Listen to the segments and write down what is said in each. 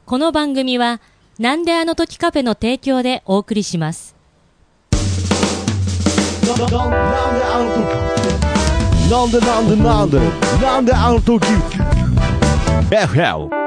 この番組はなんであの時カフェの提供でお送りします。 なんであの時なんであの時 FL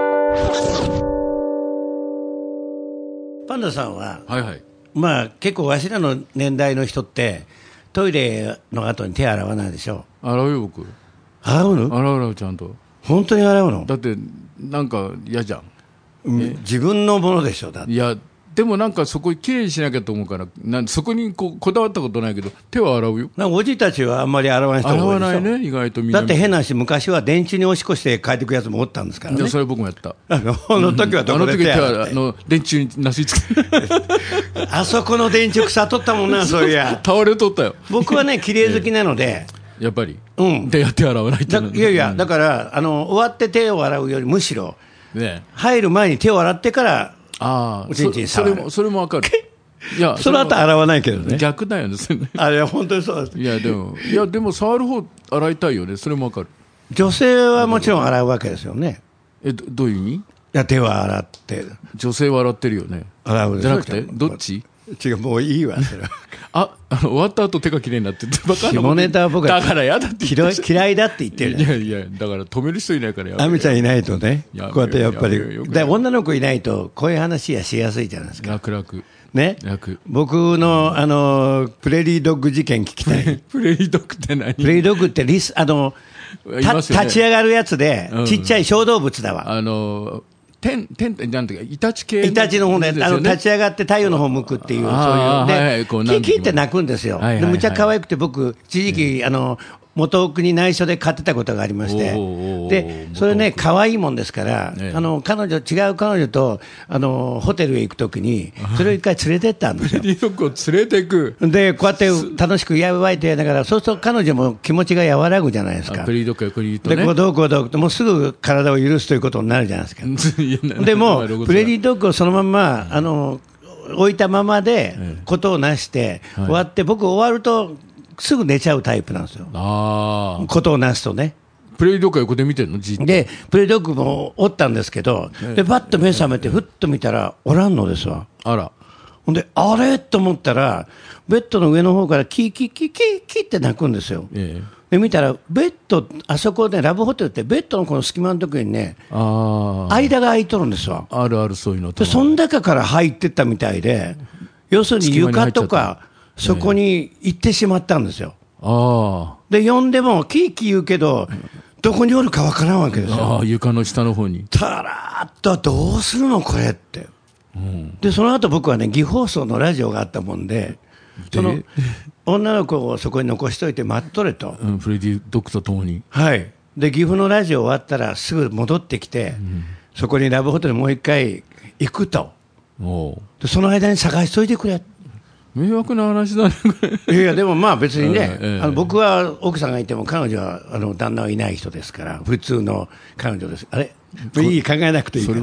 パンダさんは、 はいはい、 まあ結構わしらの年代の人ってトイレの後に手洗わないでしょ。 洗うよ僕。 洗うの？ 洗うちゃんと。 本当に洗うの？ だってなんか嫌じゃん、 自分のものでしょ。だっていやでもなんかそこきれいにしなきゃと思うからそこにこだわったことないけど手は洗うよ。 なんかおじたちはあんまり洗わない人が多いでしょ。 洗わないね意外とみんな。 だって変な話、昔は電柱に押し越して帰ってくるやつもおったんですからね。 それ僕もやった。 あの時はどこで手洗って、 あの電柱になすりつけあそこの電柱腐っとったもんなそういや倒れとったよ。 僕はね綺麗好きなので、 やっぱり、 手洗わないと。 いやいや、だから終わって手を洗うよりむしろ、 ね、 入る前に手を洗ってからおちんちん触る。 それも分かる。いやその後洗わないけどね。 逆だよねあれは本当にそうです。 いやでも触る方洗いたいよね。それも分かる。 女性はもちろん洗うわけですよね。 どういう意味？ いや手は洗って。 女性は洗ってるよね。 洗うでしょ。 じゃなくてどっち？ 違う、もういいわそれは終わった後手がきれいになってバカな。 下ネタは僕はだからやだって言って嫌いだって言ってる。 いやだから止める人いないからやめ。 アミちゃんいないとね、こうやってやっぱりで女の子いないとこういう話はしやすいじゃないですか。 楽ね。僕のプレリードッグ事件聞きたい。 プレリードッグって何？ プレリードッグって立ち上がるやつで、ちっちゃい小動物だわ。 なんていうかイタチ系イタチの方ね、立ち上がって太陽の方向くっていう、そういうで、キキって鳴くんですよ。でむちゃ可愛くて、僕一時期元奥に内緒で飼ってたことがありまして、でそれね可愛いもんですから、違う彼女とホテルへ行くときにそれを一回連れてったんですよ。 プレリードッグを連れてくでこうやって楽しくやばいてだから、そうすると彼女も気持ちが和らぐじゃないですか。 プレリードッグが来るとね。 でどうこうもうすぐ体を許すということになるじゃないですか。でもプレリードッグをそのまま置いたままでことをなして終わって、僕終わるとすぐ寝ちゃうタイプなんですよ。ことをなすとね。 プレイドッグは横で見てるの？ でプレイドッグもおったんですけど、でバッと目覚めてふっと見たらおらんのですわ。 あら。 ほんであれと思ったらベッドの上の方からキーキーキーキーキーって鳴くんですよ。で見たらベッド、あそこでラブホテルってベッドのこの隙間のとこにね、間が空いとるんですわ。 あるそういうの。 でその中から入ってったみたいで、要するに床とかそこに行ってしまったんですよ。で呼んでもキーキー言うけど、どこにおるかわからんわけですよ。 床の下の方に。 たらっとどうするのこれって。でその後僕はね岐放送のラジオがあったもんで、その女の子をそこに残しといて待っとれと。 プレディドッグとともに。 はい。で岐阜のラジオ終わったらすぐ戻ってきて、そこにラブホテルもう一回行くと。でその間に探しといてくれ。 迷惑な話だね。 いやでもまあ別にね、僕は奥さんがいても彼女は旦那はいない人ですから、普通の彼女です。あれいい考えなくていいから。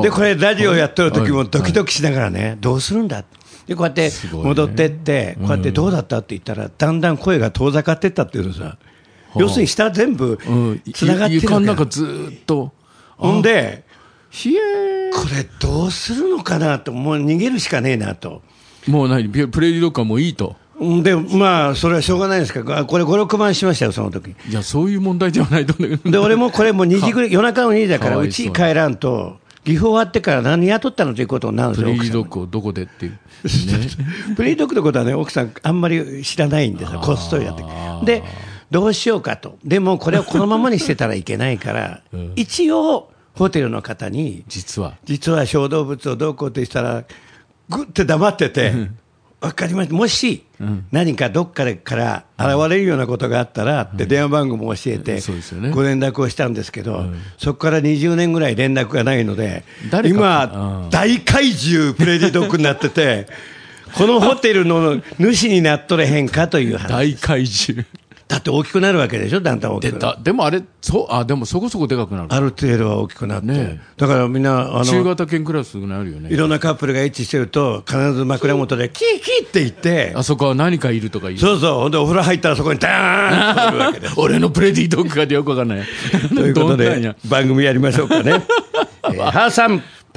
でこれラジオやっとる時もドキドキしながらね、どうするんだでこうやって戻ってって、こうやってどうだったって言ったら、だんだん声が遠ざかってったっていうのさ。要するに下全部つながってるわけ。 床の中ずっと。 ほんでこれどうするのかなと、もう逃げるしかねえなと。 もう何プレリードッグはもういいと。 でまあそれはしょうがないですから、これ5、6万しましたよその時。 いやそういう問題ではないと思うんだけど。 で俺もこれもう2時ぐらい夜中の2時だからうち帰らんと、岐阜終わってから何雇ったのということになるんですよ。 プレリードッグをどこでっていう、ね、 プレリードッグのことはね奥さんあんまり知らないんですよ。こっそりやってでどうしようかと。でもこれをこのままにしてたらいけないから、一応ホテルの方に実は小動物をどうこうとしたらぐって黙ってて、分かりました、もし何かどっかから現れるようなことがあったらって電話番号も教えてご連絡をしたんですけど、そこから20年ぐらい連絡がないので、今大怪獣プレディドッグになっててこのホテルの主になっとれへんかという話。 大怪獣だって大きくなるわけでしょ、だんだん大きくなる。 でもあれでもそこそこでかくなる。 ある程度は大きくなって、だからみんな中型犬クラスになるよね。 いろんなカップルがエッチしてると必ず枕元でキーキーって言って、 あそこは何かいるとか言う。 そうそう。ほんでお風呂入ったらそこにダーンと来るわけです俺のプレディドッグがよくわかんないということで番組やりましょうかね。ハーさん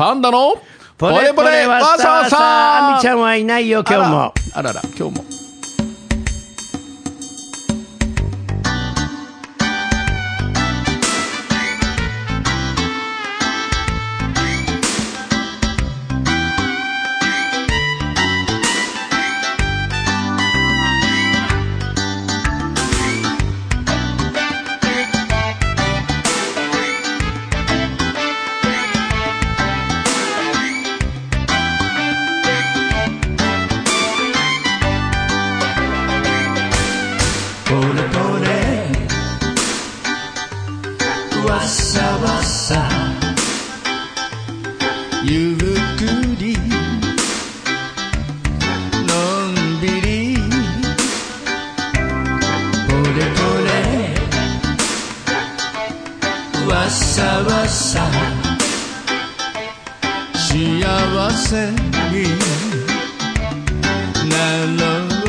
パンダのポレポレわさわさ。あみちゃんはいないよ、今日も。 あらら、今日も。 ポレポレわさわさ、ゆっくりのんびり、ポレポレわさわさ、幸せになろう。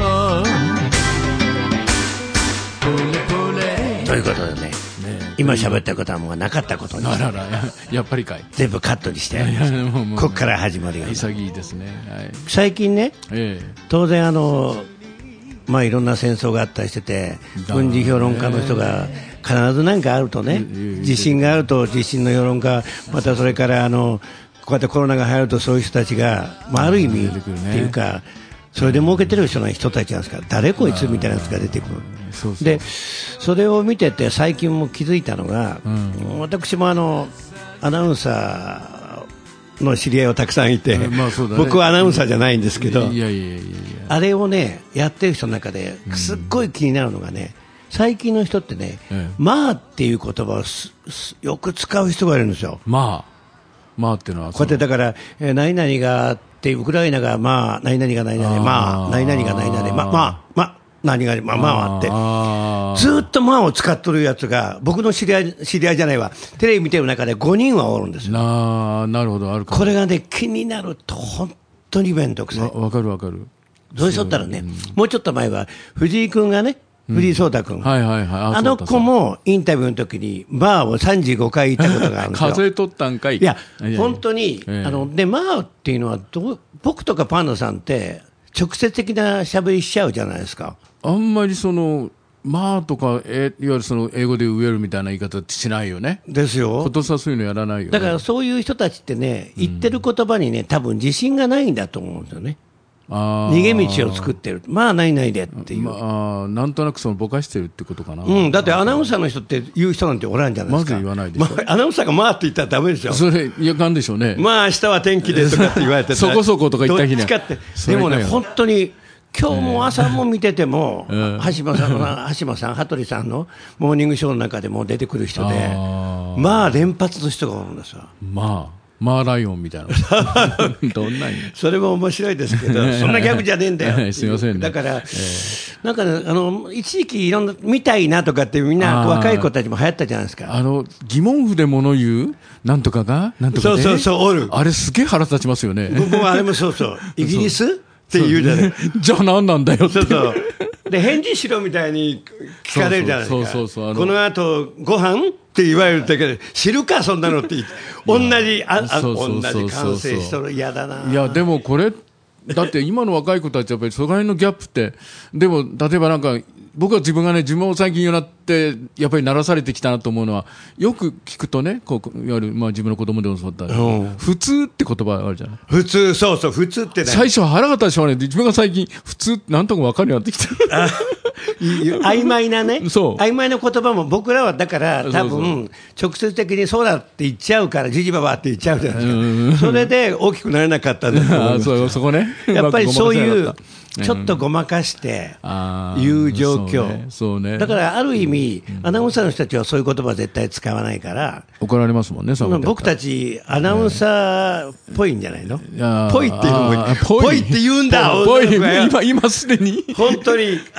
ということでね、今喋ったことはもうなかったことに、 あらら、やっぱりかい。 全部カットにしてやりました。ここから始まりが潔いですね。はい、 最近ね、当然まあいろんな戦争があったりしてて、軍事評論家の人が必ず何かあるとね、地震があると地震の評論家、またそれからこうやってコロナが流行るとそういう人たちが、まあある意味っていうか、それで儲けてる人たちなんですから、誰こいつみたいなやつが出てくる。でそれを見てて最近も気づいたのが、私もアナウンサーの知り合いはたくさんいて、僕はアナウンサーじゃないんですけど、あれをねやってる人の中ですっごい気になるのがね、最近の人ってね、まあっていう言葉をよく使う人がいるんですよ。 まあっていうのはこうやってだから何々があってウクライナがまあ何々が何々まあ何々が何々まあ何がまあってずっとまあを使っとるやつが僕の知り合いじゃないわ、テレビ見てる中で5人はおるんですよ。 なるほど、あるかも。 これがね気になると本当に面倒くさい。 わかるわかる。 そうしとったらね、もうちょっと前は藤井君がね、藤井聡太君、あの子もインタビューの時にまあを35回言ったことがあるんですよ。 数えとったんかい。 いや本当にでまあっていうのは僕とかパンダさんって直接的な喋りしちゃうじゃないですか。 あんまりまあとか、いわゆる英語で植えるみたいな言い方ってしないよね。 ですよ。 ことさそういうのやらないよね。 だからそういう人たちってね、言ってる言葉にね、多分自信がないんだと思うんですよね。逃げ道を作ってる。まあないないでっていう。 なんとなくぼかしてるってことかな。 だってアナウンサーの人って言う人なんておらんじゃないですか。 まず言わないでしょ。 アナウンサーがまあって言ったらダメでしょ。 それいかんでしょうね。 まあ明日は天気でとかって言われてそこそことか言った日に。 でもね本当に。今日も朝も見てても、橋間さん、羽鳥さんのモーニングショーの中でも出てくる人で、まあ連発の人がおるんですよ。 まあライオンみたいな。どんなに。 それも面白いですけど、そんなギャグじゃねえんだよ。 すみませんね。 だから、なんかね、一時期いろんな、見たいなとかってみんな若い子たちも流行ったじゃないですか。 疑問符で物言うなんとかがなんとかね。 そう、おる。 あれすげえ腹立ちますよね。 僕もあれもそう。イギリスって言うじゃない。 じゃあ何なんだよって。 そうで返事しろみたいに聞かれるじゃないですか。この後ご飯って言われるだけで知るかそんなのって言って同じ完成しとる。嫌だな。 いやでもこれだって今の若い子たちやっぱりその辺のギャップってでも例えばなんか僕は自分も最近になってやっぱり鳴らされてきたなと思うのはよく聞くとね、いわゆる自分の子供でもそうだった普通って言葉あるじゃない。 普通、そう普通ってね。 最初は腹が立ちまねで自分が最近普通ってなんとか分かるようになってきた。 曖昧なね、曖昧な言葉も僕らはだから多分直接的にそうだって言っちゃうからジジババって言っちゃうじゃないですか。それで大きくなれなかったんだと思います。 そこね。 やっぱりそういうちょっとごまかしていう状況。 そうね。 だからある意味アナウンサーの人たちはそういう言葉は絶対使わないから怒られますもんね。 僕たちアナウンサーっぽいんじゃないの。ぽいっていうのもぽいって言うんだ。 今すでに本当に明日は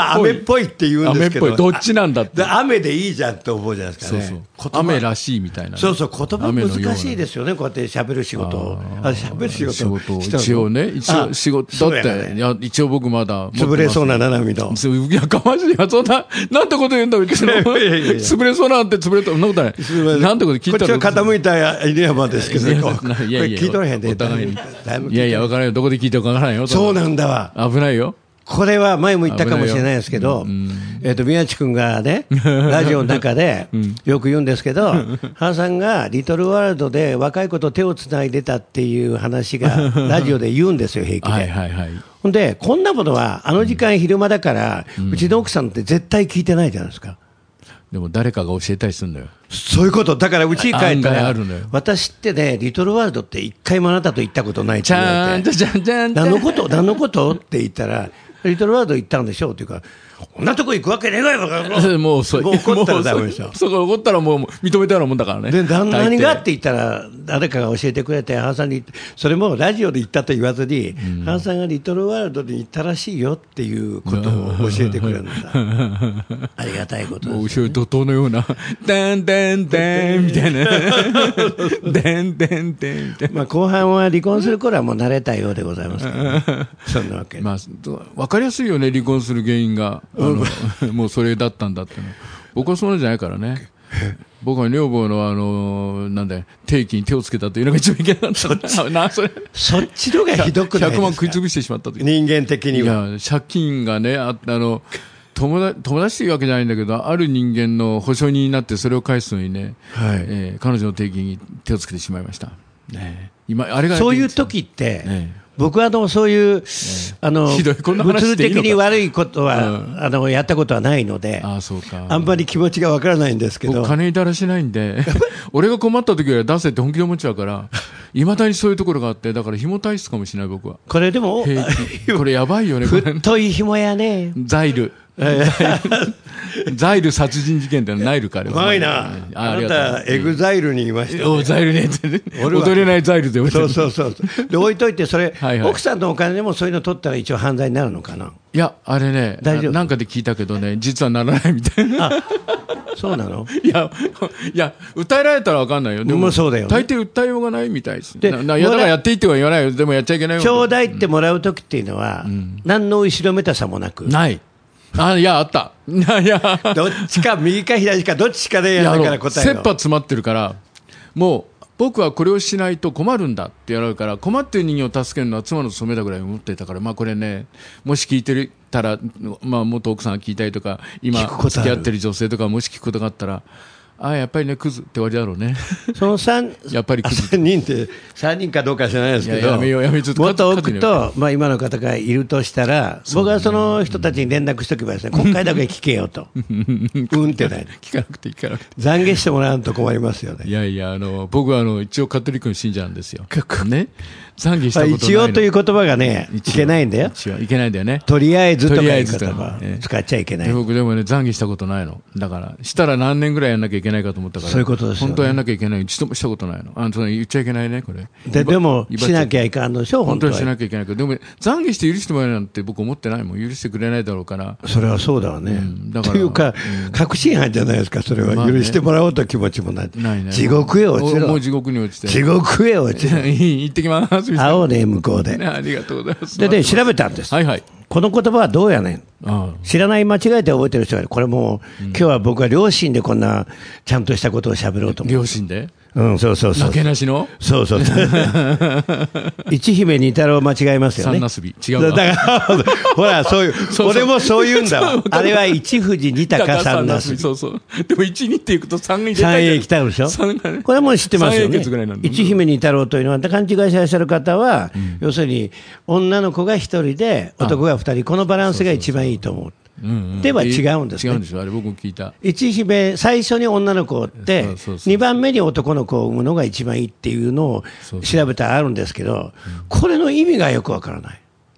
は雨っぽいって言うんですけど、 雨っぽいどっちなんだってで雨でいいじゃんって思うじゃないですかね。 そう言葉雨らしいみたいなね、 そうそう、言葉雨のような難しいですよね、こうやって喋る仕事を。喋る仕事をしたの一応ね、一応仕事、だって、 そうやねいや、一応僕まだ。 潰れそうな七海の。 いや、かましいや、そんな、なんてこと言うんだ、うちの。 いやいやいや潰れそうなんて潰れた、そんなことない。なんてこと聞いたら。 こっちは傾いた犬山ですけど、 いやこれいやいや聞いとれへんで。 お互いにだぶいやいや、わからんよ。どこで聞いてるかわからんよ。 そうなんだわ。 危ないよ。 これは前も言ったかもしれないですけど、宮地君がね、ラジオの中でよく言うんですけど、原さんがリトルワールドで若い子と手をつないでたっていう話がラジオで言うんですよ、平気で。 はいはいはい。 ほんで、こんなことはあの時間昼間だから、うちの奥さんって絶対聞いてないじゃないですか。 でも誰かが教えたりするんだよ。 そういうこと。だからうちに帰った案外らあるのよ、 私ってね、リトルワールドって一回もあなたと行ったことないって言われて。 じゃんじゃん何のこと何のことって言ったら、リトルワールド行ったんでしょって言うから、こんなとこ行くわけねえわよ、バカ野郎もうそう。 もう怒ったらダメでしょ。 そう怒ったらもう認めたようなもんだからね。 で、何大抵がって言ったら、誰かが教えてくれて、原さんに、それもラジオで言ったと言わずに、原さんがリトルワールドに行ったらしいよっていうことを教えてくれるんだ。ありがたいこともうです。 後ろに怒涛のような、でんでんでんみたいな。でんでんでんみたいな。 まあ後半は離婚する頃はもう慣れたようでございますけど、そんなわけで。 まあ、わかりやすいよね、離婚する原因が。もうそれだったんだっての。僕はそうなんじゃないからね。僕は女房のなんだよ、定期に手をつけたというのが一番いけなかったな、それ。 そっちのがひどくないですか。 100万食い潰してしまったという。 人間的にいは。 や、借金がね、友達というわけじゃないんだけど、ある人間の保証人になってそれを返すのにね、 はい彼女の定期に手をつけてしまいました。ね、今、あれが。 そういう時って、 ね僕はそういう、 ひどいこんな物理話していいのか的に悪いことは、やったことはないので、 ああ、そうか。 あんまり気持ちがわからないんですけど。 僕、金にだらしないんで、俺が困った時は出せって本気で思っちゃうから、いまだにそういうところがあって、だから紐体質かもしれない、僕は。 これでも、 これやばいよね、これ。 太い紐やね。 ザイル。ザイル殺人事件ってナイルかあれうは。 まいな。あなた、エグザイルにいましたね。 おザイルねってね。踊れないザイルで踊そうそうそう。で、置いといて、それ、 はいはい奥さんのお金でもそういうの取ったら一応犯罪になるのかな。 いや、あれね、 大丈夫なんかで聞いたけどね、実はならないみたいな。 そうなの。 いや、訴えられたらわかんないよ。でも、 そうだよね大抵訴えようがないみたいです。 でいや、だからやっていいっては言わないよ。でもやっちゃいけないよ。 ちょうだいってもらうときっていうのは、何の後ろめたさもなく。 ない。いや、あった。いや、 どっちか右か左かどっちかでやだから答え切ろ。 羽詰まってるから、もう、僕はこれをしないと困るんだってやられるから、困っている人間を助けるのは妻の務めだぐらい思っていたから、まあこれね、もし聞いてたら、まあ元奥さんが聞いたりとか、今聞くことある付き合ってる女性とかもし聞くことがあったら、やっぱりね、クズって終わりだろうね。 その3、 やっぱりクズ。 3人って3人かどうか知らないですけど、 いややめようやめようちょっともっと多く勝手にと、まあ、今の方がいるとしたら、僕はその人たちに連絡しておけばですね、国会だけ聞けよと、うんってない、 聞かなくていいから。 懺悔してもらうと困りますよね。 いやいや、僕は一応カトリックの信者なんですよ。ね。懺悔したことないの。 一応という言葉がね、いけないんだよ。 一応いけないんだよね。 とりあえずとかいう言とりあえずとか葉ね使っちゃいけないで。僕でもね、懺悔したことないの。だから、したら何年ぐらいやんなきゃいけないかと思ったから。 そういうことですよね本当はやんなきゃいけない。一度もしたことないの。その言っちゃいけないね、これ。 でも、 威張しなきゃいかんのでしょ、本当は。 本当はしなきゃいけないけど、でも、懺悔して許してもらえるなんて僕思ってないもん。許してくれないだろうから。 それはそうだわね。 だからというか、確信犯じゃないですか、それは。 まあね許してもらおうという気持ちもない。 ないね。 地獄へ落ちろ。 もう地獄に落ちて。 地獄へ落ちろ。 行ってきます。みたいな青ね、向こうで。 ありがとうございます。 でね、調べたんです。 はいはい。 この言葉はどうやねん。 あ知らない間違えて覚えてる人がいる。これもう、今日は僕は両親でこんなちゃんとしたことを喋ろうと思う。 両親でうん、そうそうそうな。けなしのそうそう。一姫二太郎間違えますよね。 三なすび。違うわ。 だから、ほら、そういう、 そう俺もそう言うんだわ。あれは一富士二鷹三なすび。 そうそう。でも1、2っていくと3が出た三いじゃんへ来たでしょ。 三がねこれはもう知ってますよ三英ね傑ぐらいなん。だ一姫二太郎というのは、勘違いしてらっしゃる方は、要するに、女の子が一人で、男が二人、このバランスが一番いいと思う。では違うんですね。 違うんですよ。あれ僕も聞いた。 一姫、最初に女の子をってそうそう、そう 2番目に男の子を産むのが一番いいっていうのをそうそう調べたらあるんですけど、これの意味がよくわからない。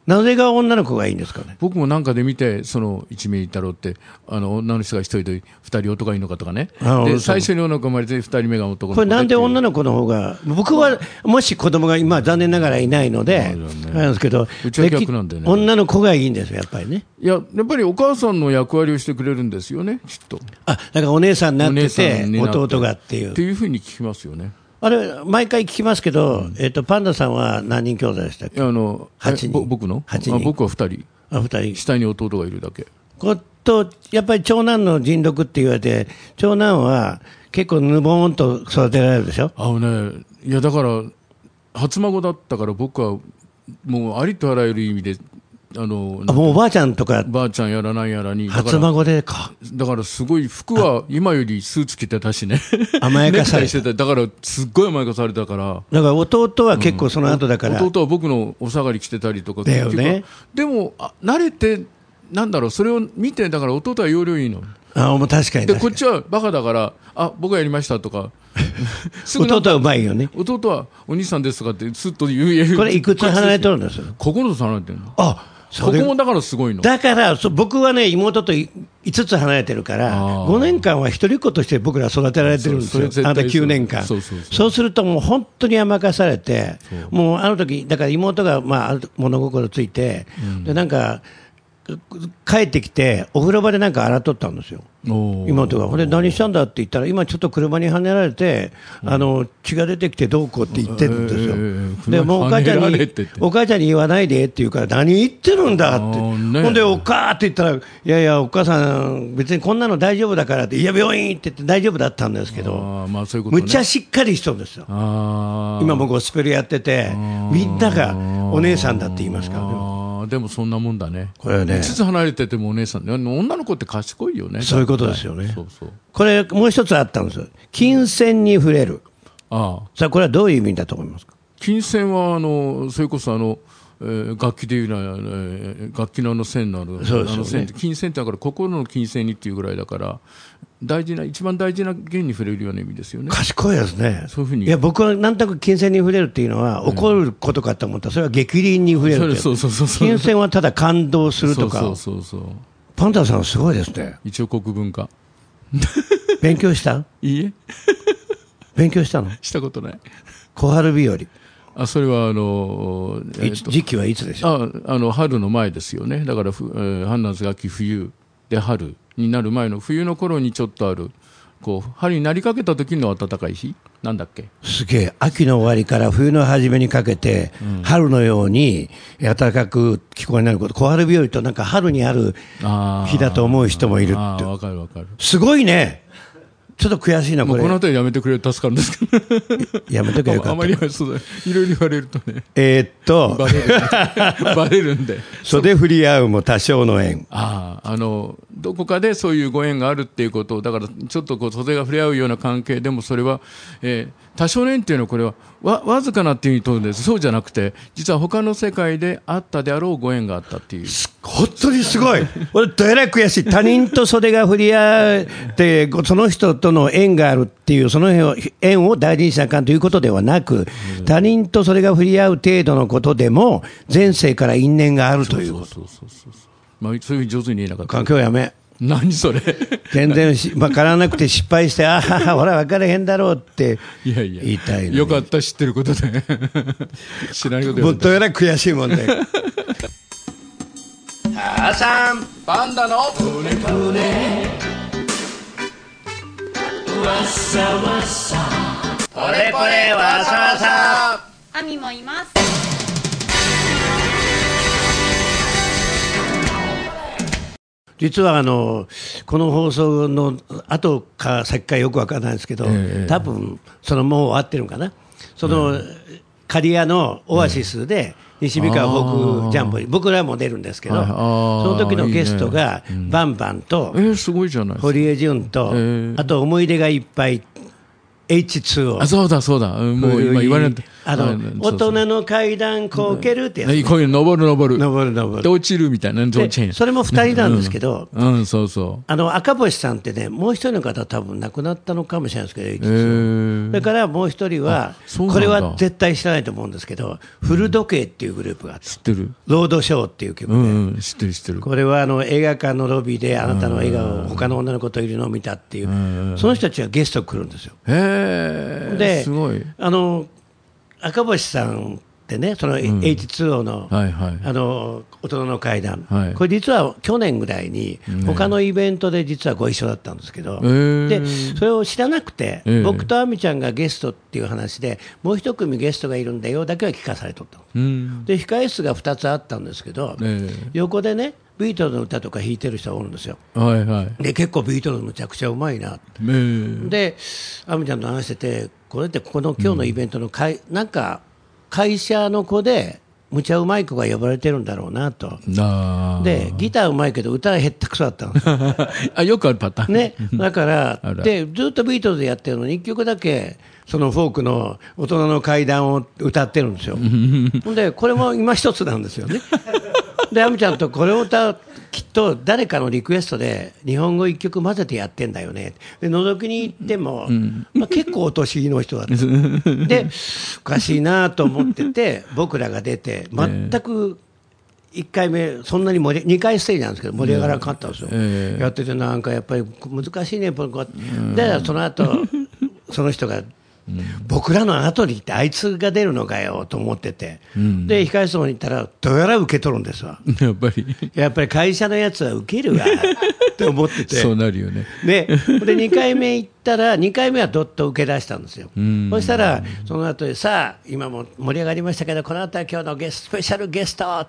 なぜが女の子がいいんですかね。 僕もなんかで見て、その一名いたろうって、女の人が一人で二人男がいいのかとかね。で、最初に女の子が生まれて、二人目が男の子。 これなんで女の子の方が、僕はもし子供が今残念ながらいないので、あれなんですけど、 うちは逆なんでね。 女の子がいいんですよ、やっぱりね。 いや、やっぱりお母さんの役割をしてくれるんですよね、きっと。 だからお姉さんになってて、弟がっていう。 っていうふうに聞きますよね。 あれ、毎回聞きますけど、パンダさんは何人兄弟でしたっけ。 8人。僕の 8人。 僕は2人。 2人。 下に弟がいるだけ。 やっぱり長男の人禄って言われて、長男は結構ぬぼーんと育てられるでしょ。 いやだから、初孫だったから僕はもうありとあらゆる意味で、 もうおばあちゃんとか、 ばあちゃんやらなんやらに、 初孫でか。 だからすごい服は今よりスーツ着てたしね。 甘やかされてた。だからすっごい甘やかされたから。 だから弟は結構その後だから。 弟は僕のお下がり着てたりとか。 だよね。 でも、慣れて、なんだろう、それを見て、だから弟は要領いいの。 もう確かに。 で、こっちはバカだから、僕がやりましたとか。 弟はうまいよね。 弟はお兄さんですとかってすっと言える。 これいくつ離れてるんですよ。 9つ離れてるの。ここもだからすごいの。 だから僕はね、妹と5つ離れてるから、5年間は一人っ子として僕ら育てられてるんですよ、あなた9年間。そうすると、もう本当に甘やかされて、もうあの時だから妹が物心ついて、でなんか、帰ってきて、お風呂場でなんか洗っとったんですよ、妹が。ほんで、何したんだって言ったら、今ちょっと車にはねられて、血が出てきてどうこうって言ってるんですよ。でもうお母ちゃんに言わないでって言うから、何言ってるんだって。ほんで、お母って言ったら、いやいや、お母さん、別にこんなの大丈夫だからって、いや、病院って言って大丈夫だったんですけど、むっちゃしっかりしとるんですよ。今もゴスペルやってて、みんながお姉さんだって言いますからね。 でもそんなもんだね。 これね。 5つ離れててもお姉さん、女の子って賢いよね。 そういうことですよね。これもう一つあったんですよ。金銭に触れる。さあ、これはどういう意味だと思いますか。 金銭はそれこそ楽器でいうのは、楽器の線の線、金銭ってだから心の金銭にっていうぐらいだから、一番大事な弦に触れるような意味ですよね。 賢いですね。 そういうふうに。 いや、僕はなんとなく金銭に触れるっていうのは、怒ることかと思ったら、それは逆鱗に触れるって。金銭はただ感動するとか。パンダさんすごいですね。 一応国文化。 勉強した？ いいえ。 勉強したの？ したことない。 小春日和。 それは時期はいつでしょう。 春の前ですよね。だから春夏秋冬で春になる前の冬の頃にちょっとある春になりかけた時の暖かい日なんだっけ。 すげえ。秋の終わりから冬の初めにかけて、春のように暖かく気候になること、小春日和となんか春にある日だと思う人もいるって。 わかるわかる。 すごいね。ちょっと悔しいな、これ。 この辺りやめてくれると助かるんですけど。 やめとけよかった。 あまりそうだ。いろいろ言われるとね。バレるんで。 袖振り合うも多少の縁。 どこかでそういうご縁があるっていうことを、だからちょっと袖が触れ合うような関係でも、それは、多少の縁っていうのは、これはわずかなっていう意味とるんです。そうじゃなくて、実は他の世界であったであろうご縁があったっていう。 本当にすごい。俺、どえらい悔しい。他人と袖が振り合って、その人との縁があるっていう、その縁を大事にしなあかんということではなく、他人と袖が振り合う程度のことでも、前世から因縁があるということ。そういうふうに上手に言えなかった。 環境やめ。 何それ。 全然分からなくて失敗して、ほら分からへんだろうって言いたいのに。 よかった、知ってることで。知らないことで。 もっとやら悔しいもんね。母さん、 パンダのプネプネ。 わさわさ。 ポレポレわさわさ。 アミもいます。 実はこの放送の後か先かよく分からないんですけど、多分もう終わってるのかな。刈谷のオアシスで西三河フォークジャンボリー、僕らも出るんですけど、その時のゲストがバンバンとすごいじゃない、 堀江純と、あと思い出がいっぱい H2O。 あ、そうだ、そうだ。もう今言われて。 大人の階段こけるってやつ、ね。 こういう登る。で、落ちるみたいな。 それも2人なんですけど、 そうそう。 赤星さんってね、もう一人の方多分亡くなったのかもしれないですけど、H2O。だからもう一人は、これは絶対知らないと思うんですけど、フル時計っていうグループがあって。 知ってる。 ロードショーっていう曲で。 知ってる。 これは映画館のロビーであなたの笑顔、他の女の子といるのを見たっていう、その人たちがゲスト来るんですよ。 ですごい。 赤星さんってね、その H2O の、大人の階段、これ実は去年ぐらいに、他のイベントで実はご一緒だったんですけど、でそれを知らなくて、僕と亜美ちゃんがゲストっていう話で、もう一組ゲストがいるんだよだけは聞かされとったの、で控え室が2つあったんですけど、横でね、ビートルズの歌とか弾いてる人がおるんですよ、で結構ビートルズむちゃくちゃうまいな、で亜美ちゃんと話してて、これってここの今日のイベントのなんか会社の子でむちゃうまい子が呼ばれてるんだろうなと、でギターうまいけど歌はへったくそだったのよくあるパターンね、だからでずっとビートルズやってるのに1曲だけそのフォークの大人の階段を歌ってるんですよでこれも今一つなんですよねで亜美ちゃんとこれを歌うきっと誰かのリクエストで日本語1曲混ぜてやってんだよね、で覗きに行っても、結構お年の人だったでおかしいなと思ってて僕らが出て全く1回目そんなに2回ステージなんですけど盛り上がらなかったんですよ、やっててなんかやっぱり難しいねでその後その人が僕らの後に行ってあいつが出るのかよと思ってて、で控え室に行ったらどうやら受け取るんですわやっぱり会社のやつは受けるわって思っててそうなるよね。 で2回目行ったら2回目はどっと受け出したんですよ、そしたらその後でさあ今も盛り上がりましたけどこの後は今日のスペシャルゲストって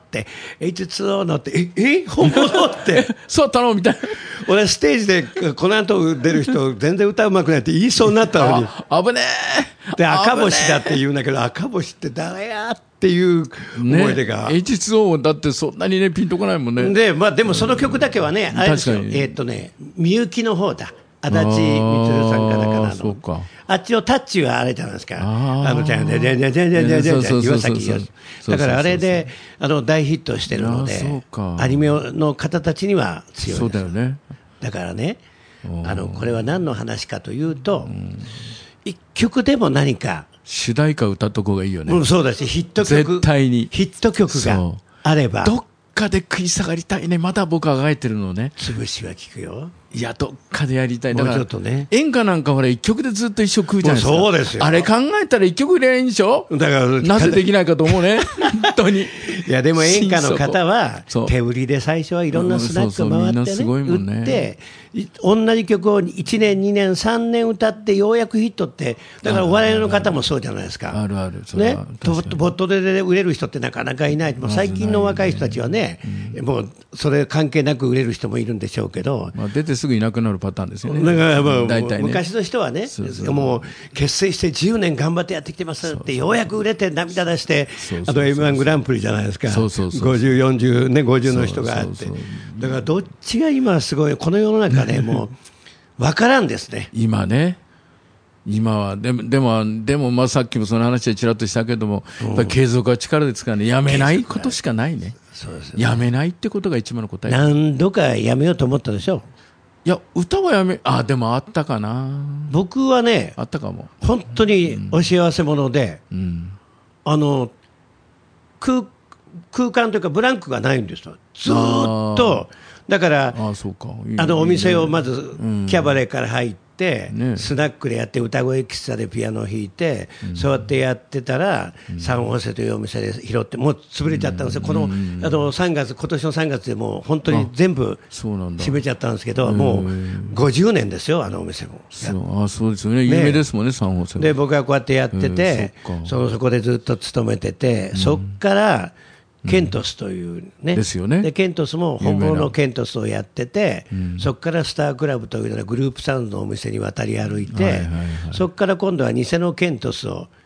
H2O のって本物ってそう頼むみたいな俺ステージでこの後出る人全然歌うまくないって言いそうになったのに危ねえで赤星だって言うんだけど赤星って誰やっていう思い出が、 H2O だってそんなにねピンとこないもんね。 で、でもその曲だけはね、あれですよ、みゆきの方だ、足立みつるさんかだからそうか、 あっちのタッチはあれじゃないですか、ちゃんで岩崎だからあれで大ヒットしてるので、アニメの方たちには強いです。 そうだよね。 だからね、これは何の話かというと、一曲でも何か主題歌歌っとこうがいいよね。 そうだし、ヒット曲、 絶対にヒット曲があれば、 どっかで食い下がりたいね。まだ僕はあがいてるのね。 潰しは聞くよ。 いや、どっかでやりたい。だからもうちょっとね、 演歌なんかほら一曲でずっと一生食うじゃないですか。 そうですよ。 あれ考えたら一曲入れないんでしょ。だからなぜできないかと思うね本当に。 いやでも演歌の方は手売りで最初はいろんなスナック回ってね、売って同じ曲を1年2年3年歌ってようやくヒットって、だからお笑いの方もそうじゃないですか。 あるあるね、ポットで売れる人ってなかなかいない。もう最近の若い人たちはね、もうそれ関係なく売れる人もいるんでしょうけど、 出てすぐいなくなるパターンですよね。 だから大体ね、 昔の人はね、もう結成して10年頑張ってやってきてますってようやく売れて涙出して、M1 グランプリじゃないですか。50、40ね、50の人があって、だからどっちが今すごい、この世の中ね、もう分からんですね。 今ね、今はでもさっきもその話でちらっとしたけども、やっぱり継続は力ですからね、やめないことしかないね。 そうですね、 やめないってことが一番の答え。 何度かやめようと思ったでしょ。 いや、歌はでもあったかな。 僕はね、 あったかも。 本当にお幸せ者で、空間というかブランクがないんですよ、ずっと。だからお店をまずキャバレーから入って、スナックでやって歌声喫茶でピアノを弾いて、そうやってやってたら、サンホセというお店で拾ってもう潰れちゃったんですよ。今年の3月でもう本当に全部閉めちゃったんですけど、もう50年ですよ、あのお店も。 そうですよね、有名ですもんね、サンホセ。 で僕はこうやってやってて、そこでずっと勤めてて、そっからケントスというね、 ですよね。 でケントスも本物のケントスをやってて、そこからスタークラブというようなグループサウンドのお店に渡り歩いて、そこから今度は偽のケントスを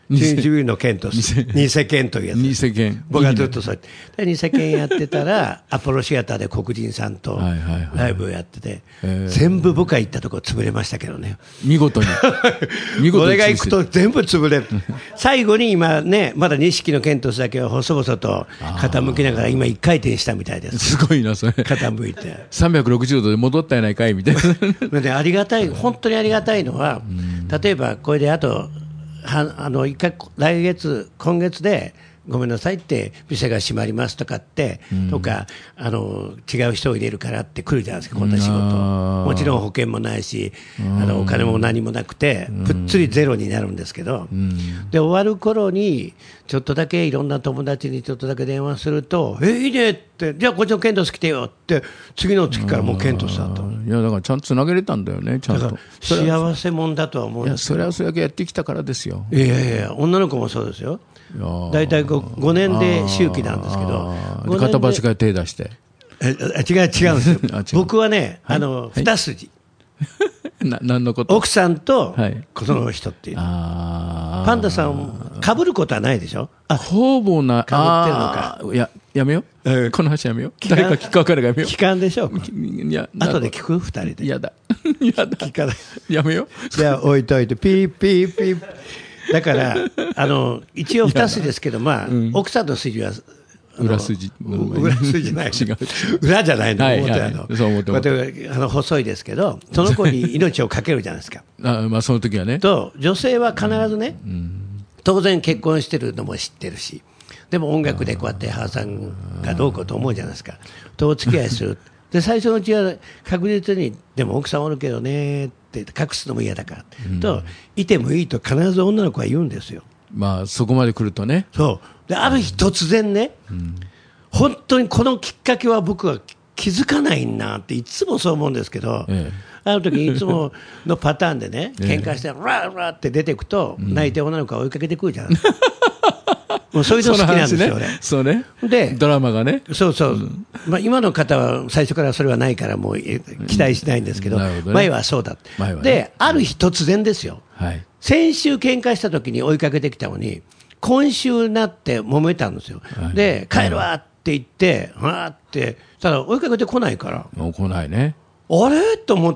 新ジュビリーの剣と偽剣というやつ。 偽剣。 僕はずっとそうやって。で、偽剣やってたら、アポロシアターで黒人さんとライブをやってて、全部僕が行ったところ潰れましたけどね。 見事に。見事に。 俺が行くと全部潰れる。最後に今ね、まだ錦の剣とだけは細々と傾きながら今一回転したみたいです。 すごいな、それ。 傾いて。 360度で戻ったやないかいみたいな。 でありがたい、本当にありがたいのは、例えばこれであと、一回、今月で、ごめんなさいって店が閉まりますとかって、とか違う人を入れるからって来るじゃないですか、こんな仕事。もちろん保険もないし、お金も何もなくて、ぷっつりゼロになるんですけど、で終わる頃に、ちょっとだけいろんな友達にちょっとだけ電話すると、いいねって、じゃあこっちのケントス来てよって、次の月からもうケントスだと。 いや、だからちゃんとつなげれたんだよね、ちゃんと。 幸せもんだとは思うんですけど。 いや、それはそれだけやってきたからですよ。 いやいや、女の子もそうですよ。大体5年で周期なんですけど、 片端から手出して。 違うんですよ。僕はね、二筋。 何のこと？ 奥さんとその人っていう。パンダさん、かぶることはないでしょ？ ほぼな、 かぶってるのか。 いや、やめよう。この話やめよう。誰か聞くからやめよう。 聞かんでしょう。 いや、 後で聞く二人で。 やだ。やだ。 聞かない。 やめよう。じゃあ置いといて、ピーピーピー。だから、一応二筋ですけど、まあ、奥さんの筋は、 裏筋。 裏筋じゃない。 違う。 裏じゃないの。 そう思ってます。細いですけど、その子に命をかけるじゃないですか。 まあ、その時はね。 と、女性は必ずね、当然結婚してるのも知ってるし、でも音楽でこうやって母さんがどうこうと思うじゃないですか。と、お付き合いする。で、最初のうちは確実に、でも奥さんおるけどねって隠すのも嫌だから、と、いてもいいと必ず女の子は言うんですよ。 まあ、そこまで来るとね。 そう。で、ある日突然ね、本当にこのきっかけは僕は気づかないなっていつもそう思うんですけど、ある時にいつものパターンでね、喧嘩して、ラーラーって出てくと、泣いて女の子が追いかけてくるじゃないですか。もうそういうの好きなんですよ、俺。 そうね。 で、 ドラマがね。 そうそう。まあ今の方は最初からそれはないからもう期待しないんですけど、前はそうだ。で、ある日突然ですよ。先週喧嘩した時に追いかけてきたのに、今週になって揉めたんですよ。で、帰るわって言って、はーって、ただ追いかけてこないから。 もう来ないね。 あれと思って、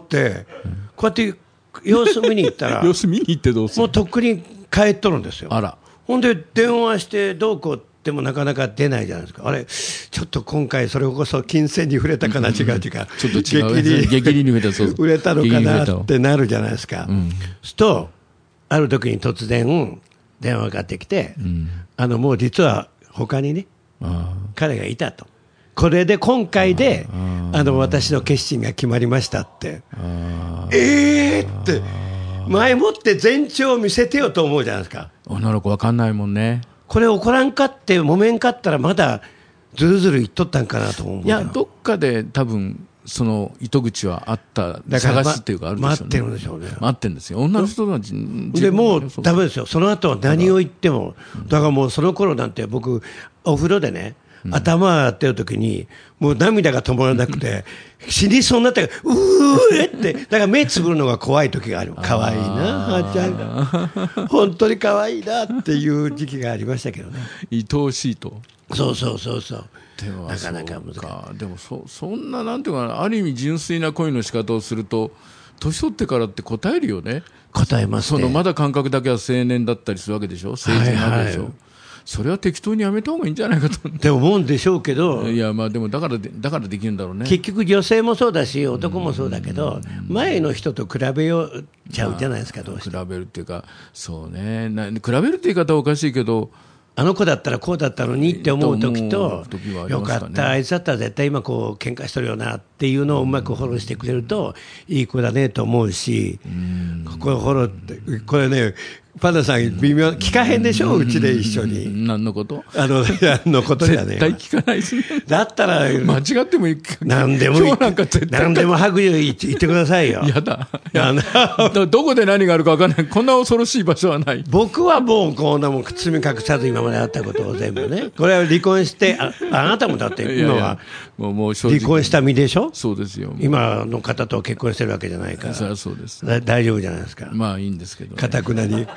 こうやって様子見に行ったら、 様子見に行ってどうする？ もうとっくに帰っとるんですよ。 あら。 ほんで電話してどうこうってもなかなか出ないじゃないですか。あれちょっと今回それこそ金銭に触れたかな、違う違う、 ちょっと違う、激励に触れたのかなってなるじゃないですか。すとある時に突然電話がかかってきて、もう実は他にね彼がいたと。これで今回で私の決心が決まりましたって。って前もって前兆を見せてよと思うじゃないですか。 女の子わかんないもんね。 これ怒らんかって揉めんかったらまだずるずる言っとったんかなと思う。 いや、どっかで多分その糸口はあった、探すっていうかあるでしょうね。 待ってるんでしょうね。 待ってるんですよ。女の人たちでもうダメですよ。その後は何を言っても。だからもうその頃なんて僕お風呂でね、頭洗ってる時にもう涙が止まらなくて死にそうになってって、だから目つぶるのが怖い時がある。可愛いなはーちゃんが本当に可愛いなっていう時期がありましたけどね。 愛おしいと。 そうそうそうそう。 でもなかなか難しい。 でもそんななんていうかな、ある意味純粋な恋の仕方をすると年取ってからって答えるよね。 答えますね。 まだ感覚だけは青年だったりするわけでしょ。成人なわけでしょ。それは適当にやめた方がいいんじゃないかとって思うんでしょうけど、 いや、まあでもだからできるんだろうね。 結局女性もそうだし男もそうだけど、前の人と比べようちゃうじゃないですか。どうして比べるっていうか、そうね、比べるって言い方はおかしいけど、 あの子だったらこうだったのにって思う時と、よかったあいつだったら絶対今こう喧嘩しとるよなっていうのをうまくフォローしてくれるといい子だねと思うし、これフォローってこれね、パンダさん微妙聞かへんでしょ、うちで一緒に。 何のこと？ のことじゃね。 絶対聞かないですね。 だったら間違ってもいい。 何でもいい。何でも白状言ってくださいよ。 やだ。どこで何があるか分からない。こんな恐ろしい場所はない。 僕はもうこんなもん包み隠さず今まであったことを全部ね。これは離婚してあなたもだって今はもう離婚した身でしょ。 そうですよ。 今の方と結婚してるわけじゃないから。 そりゃそうです。 大丈夫じゃないですか。 まあいいんですけど。 かたくなに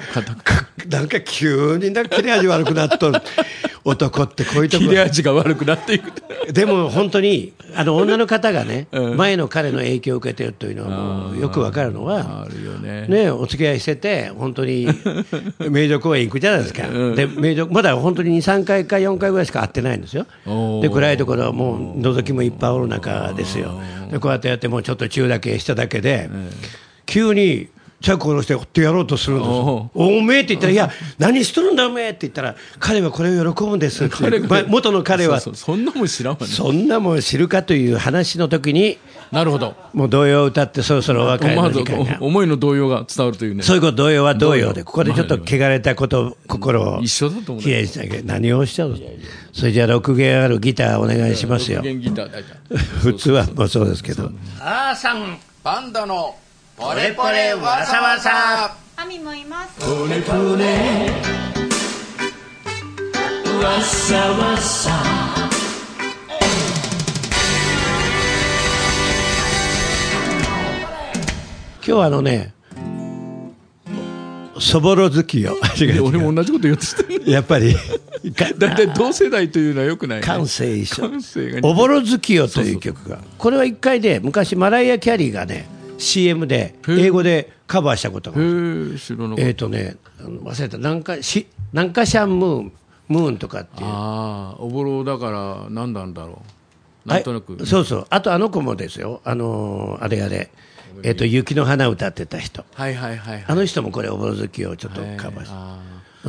なんか急に切れ味悪くなっとる男ってこういうとこ切れ味が悪くなっていく。 でも本当に女の方がね、前の彼の影響を受けてるというのはもうよくわかるのは、 あるよね。 ね、お付き合いしてて本当に名女公園行くじゃないですか。で名女まだ本当に2、3回か4回ぐらいしか会ってないんですよ。で暗いところはもう覗きもいっぱいおる中ですよ。でこうやってやってもうちょっと中だけしただけで、急にチャックを下ろして追ってやろうとするんですよ。おめえって言ったら、いや、何しとるんだおめえって言ったら、彼はこれを喜ぶんですって、元の彼はそんなもん知らんわね。 そんなもん知るかという話の時に、 なるほど。 もう童謡を歌ってそろそろお別れの時間が、 思いの動揺が伝わるというね。 そういうこと、童謡は童謡で、ここでちょっと汚れた心を一緒だと思う。 きれいにしてあげる。何をおっしゃる。それじゃあ6弦あるギターお願いしますよ。 6弦ギター大体普通はもうそうですけど。 あーさんパンダのポレポレわさわさアミもいます。 ポレポレわさわさ今日はね、そぼろ月よ。 俺も同じこと言おうとしてる。 やっぱりだいたい同世代というのはよくないね。 感性一緒。 感性が似てるおぼろ月よという曲が、これは一回で昔マライア・キャリーがね CM で英語でカバーしたことがある。 知らなかった。 忘れた、なんかシャンムーンとかっていう。 ああ、おぼろだから何なんだろう。なんとなく。 そうそう。あとあの子もですよ。あれ。雪の花歌ってた人。 はいはいはい、はい。 あの人もこれおぼろ月をちょっとカバーして、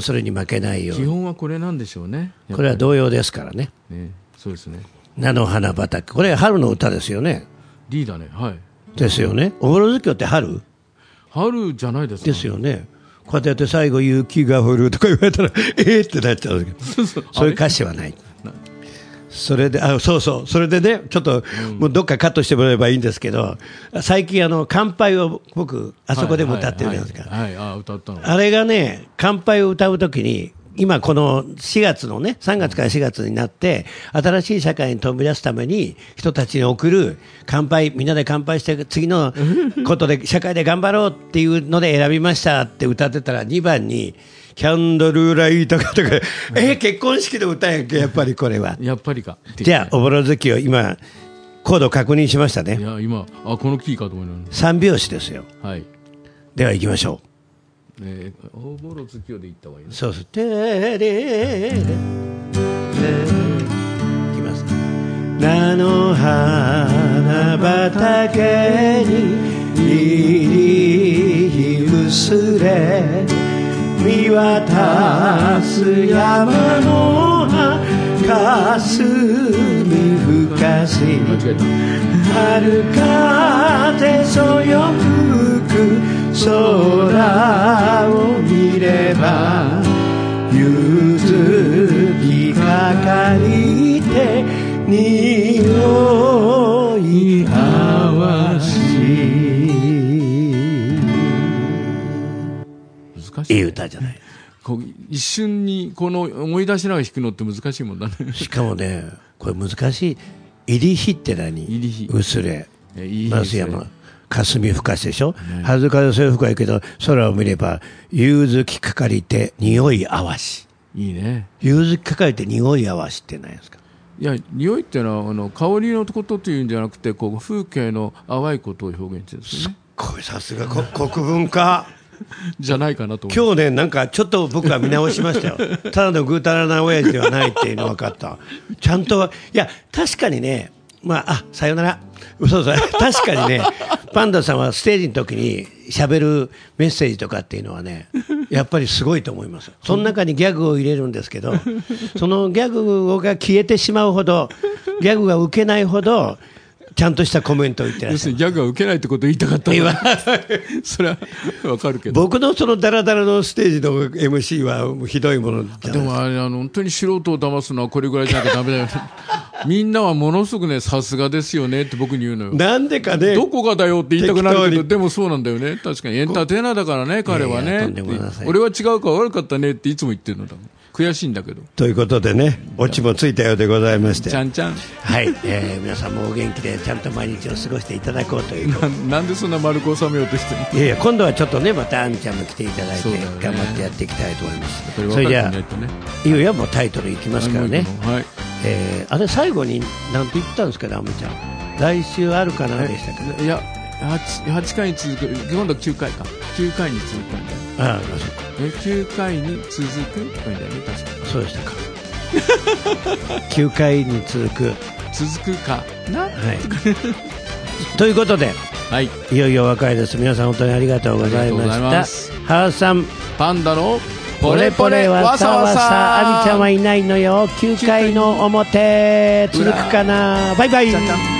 それに負けないように。 基本はこれなんでしょうね。 これは童謡ですからね。 ね、そうですね。 菜の花畑。これ春の歌ですよね。 リーダーね。はい。 ですよね。おぼろ月って春じゃないですか。 ですよね。こうやってやって最後雪が降るとか言われたらってなっちゃうんですけど、そういう歌詞はない。それでそれでね、ちょっともうどっかカットしてもらえばいいんですけど、最近乾杯を僕あそこでも歌ってるじゃないですか。 歌ったの。 あれがね、乾杯を歌うときに今この4月のね、3月から4月になって新しい社会に飛び出すために人たちに送る乾杯、みんなで乾杯して次のことで社会で頑張ろうっていうので選びましたって歌ってたら、2番にキャンドルライトとか結婚式の歌やんけ、やっぱりこれはやっぱりか。 じゃあおぼろ月を今コード確認しましたね。 いや今このキーかと思いながら。 3拍子ですよ。 はい。 では行きましょう。 おぼろ月夜で行った方がいいね。 そうです。てれれいきます。菜の花畑に入り薄れ見渡す山のかすみ深し春風そよ吹く空を見ればゆずきかかりて匂い合わし難しい。 いい歌じゃない。 一瞬にこの思い出しながら弾くのって難しいもんだね。 しかもね、これ難しい。入り火って何？ 入り火。 薄れ。 いい松山。霞深しでしょ。恥風そよ吹くはいけど空を見れば夕月かかりて匂い合わし。 いいね。 夕月かかりて匂い合わしって何ですか？ いや、匂いっていうのは香りのことというんじゃなくて、こう風景の淡いことを表現してるんですよね。 これさすが国文化じゃないかなと思う。 今日ね、なんかちょっと僕は見直しましたよ。ただのぐうたらな親父ではないっていうの分かった。ちゃんと、いや確かにね、さよなら。そう確かにね、パンダさんはステージの時に喋るメッセージとかっていうのはね、やっぱりすごいと思います。その中にギャグを入れるんですけど、そのギャグが消えてしまうほど、ギャグが受けないほどちゃんとしたコメントを言ってらっしゃる。 要するにギャグが受けないってことを言いたかったの。それはわかるけど。 僕のそのダラダラのステージの MC はひどいものじゃないですか。 でもあれ本当に素人を騙すのはこれぐらいじゃなきゃダメだよね。みんなはものすごくね、さすがですよねって僕に言うのよ。 なんでかね、 どこがだよって言いたくなるけど、でもそうなんだよね。確かにエンターテイナーだからね、彼はね。俺は違うから悪かったねっていつも言ってるのだ。 悔しいんだけど。 ということでね、オチもついたようでございまして、 ちゃんちゃん。 はい、皆さんもお元気でちゃんと毎日を過ごしていただこうというなんでそんな丸く収めようとしてるの？ いやいや、今度はちょっとね、またアンちゃんも来ていただいて、 そうだよね頑張ってやっていきたいと思います。 それそれじゃあ、 ね、 いよいよもうタイトルいきますからね。 はい。 あれ最後に何て言ったんですかね、アメちゃん。来週あるかなでしたけど。 いや、8回に続く、今度は9回か。9回に続くんだよ。 ああ、そうか。 9回に続くんだよね、確か。 そうでしたか。9回に続く。 続くかな。はい。 ということで、 はい。 いよいよお別れです。皆さん本当にありがとうございました。ハーさん、 パンダのポレポレわさわさ、アミちゃんはいないのよ。9回の表、続くかな。バイバイ。